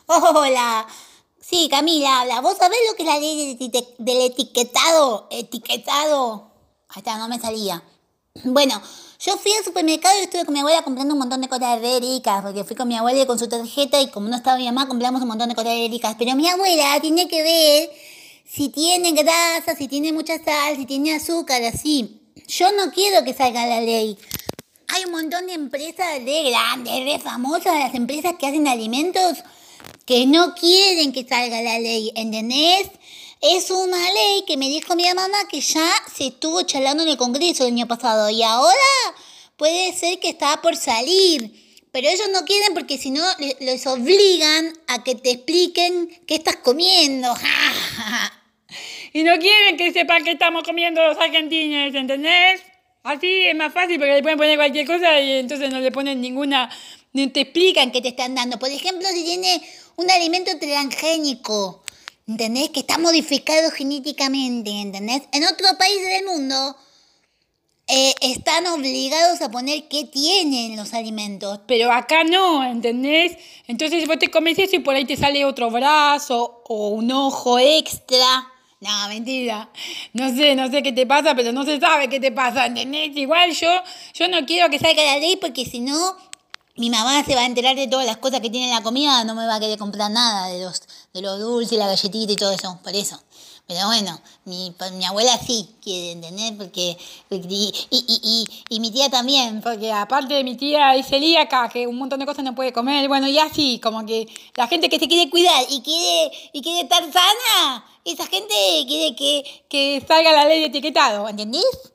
Hola. Sí, Camila, habla. ¿Vos sabés lo que es la ley del etiquetado? Etiquetado. Ahí está, no me salía. Bueno, yo fui al supermercado y estuve con mi abuela comprando un montón de cosas re ricas, porque fui con mi abuela con su tarjeta y como no estaba mi mamá, compramos un montón de cosas re ricas. Pero mi abuela tiene que ver si tiene grasa, si tiene mucha sal, si tiene azúcar, así. Yo no quiero que salga la ley. Hay un montón de empresas re grandes, re famosas, las empresas que hacen alimentos que no quieren que salga la ley, ¿entendés? Es una ley que me dijo mi mamá que ya se estuvo charlando en el Congreso el año pasado y ahora puede ser que está por salir. Pero ellos no quieren porque si no les obligan a que te expliquen qué estás comiendo. Y no quieren que sepan que estamos comiendo los argentinos, ¿entendés? Así es más fácil porque le pueden poner cualquier cosa y entonces no le ponen ninguna, ni te Explican explican. qué te están dando. Por ejemplo, si tiene un alimento transgénico, ¿entendés? Que está modificado genéticamente, ¿entendés? En otros países del mundo están obligados a poner qué tienen los alimentos. Pero acá no, ¿entendés? Entonces vos te comes eso y por ahí te sale otro brazo o un ojo extra. No, mentira. No sé qué te pasa, pero no se sabe qué te pasa, ¿entendés? Igual yo no quiero que Salga salga. la ley porque si no, mi mamá se va a enterar de todas las cosas que tiene en la comida, no me va a querer comprar nada de los dulces, la galletita y todo eso, por eso. Pero bueno, mi abuela sí quiere entender, y mi tía también, Porque aparte de mi tía es celíaca, que un montón de cosas no puede comer, bueno, y así, como que la gente que se quiere cuidar y quiere estar sana, esa gente quiere que que salga la ley de etiquetado, ¿entendés?